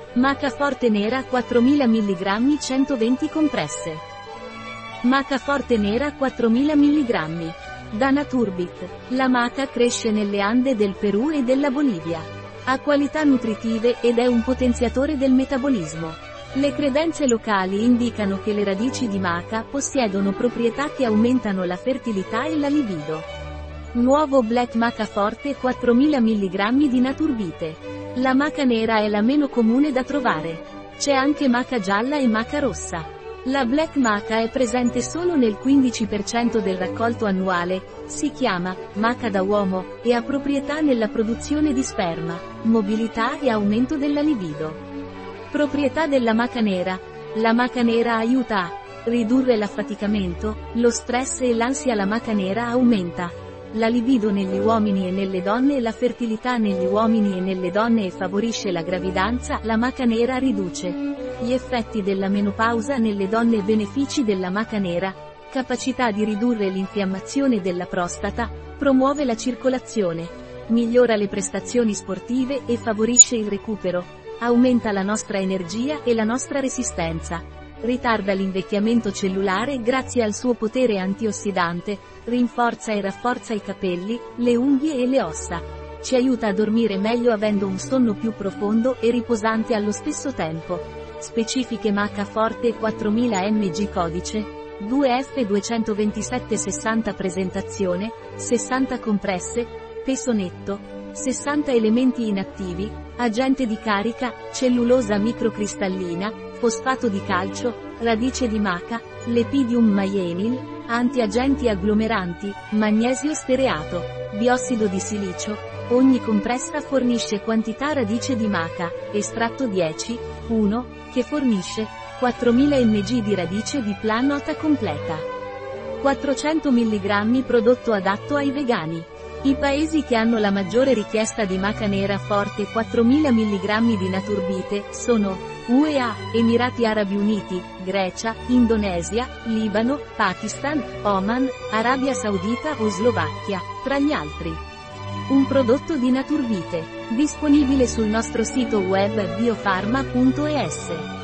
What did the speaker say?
Maca forte nera 4000 mg 120 compresse. Maca forte nera 4000 mg. Da Naturbit. La maca cresce nelle Ande del Perù e della Bolivia. Ha qualità nutritive ed è un potenziatore del metabolismo. Le credenze locali indicano che le radici di maca possiedono proprietà che aumentano la fertilità e la libido. Nuovo Black Maca Forte 4000 mg di Naturbite. La maca nera è la meno comune da trovare. C'è anche maca gialla e maca rossa. La Black Maca è presente solo nel 15% del raccolto annuale, si chiama maca da uomo, e ha proprietà nella produzione di sperma, mobilità e aumento della libido. Proprietà della maca nera. La maca nera aiuta a ridurre l'affaticamento, lo stress e l'ansia. La maca nera aumenta la libido negli uomini e nelle donne e la fertilità negli uomini e nelle donne e favorisce la gravidanza. La maca nera riduce gli effetti della menopausa nelle donne. Benefici della maca nera: capacità di ridurre l'infiammazione della prostata, promuove la circolazione, migliora le prestazioni sportive e favorisce il recupero, aumenta la nostra energia e la nostra resistenza, ritarda l'invecchiamento cellulare grazie al suo potere antiossidante, rinforza e rafforza i capelli, le unghie e le ossa. Ci aiuta a dormire meglio avendo un sonno più profondo e riposante allo stesso tempo. Specifiche maca forte 4000 mg codice 2F 22760 presentazione 60 compresse, peso netto 60 elementi inattivi, agente di carica, cellulosa microcristallina, fosfato di calcio, radice di maca, Lepidium maienil, antiagenti agglomeranti, magnesio stereato, biossido di silicio. Ogni compressa fornisce quantità radice di maca, estratto 10, 1, che fornisce 4000 mg di radice di plannota completa. 400 mg prodotto adatto ai vegani. I paesi che hanno la maggiore richiesta di maca nera forte 4000 mg di Naturbite sono UEA, Emirati Arabi Uniti, Grecia, Indonesia, Libano, Pakistan, Oman, Arabia Saudita o Slovacchia, tra gli altri. Un prodotto di Naturbite, disponibile sul nostro sito web biofarma.es.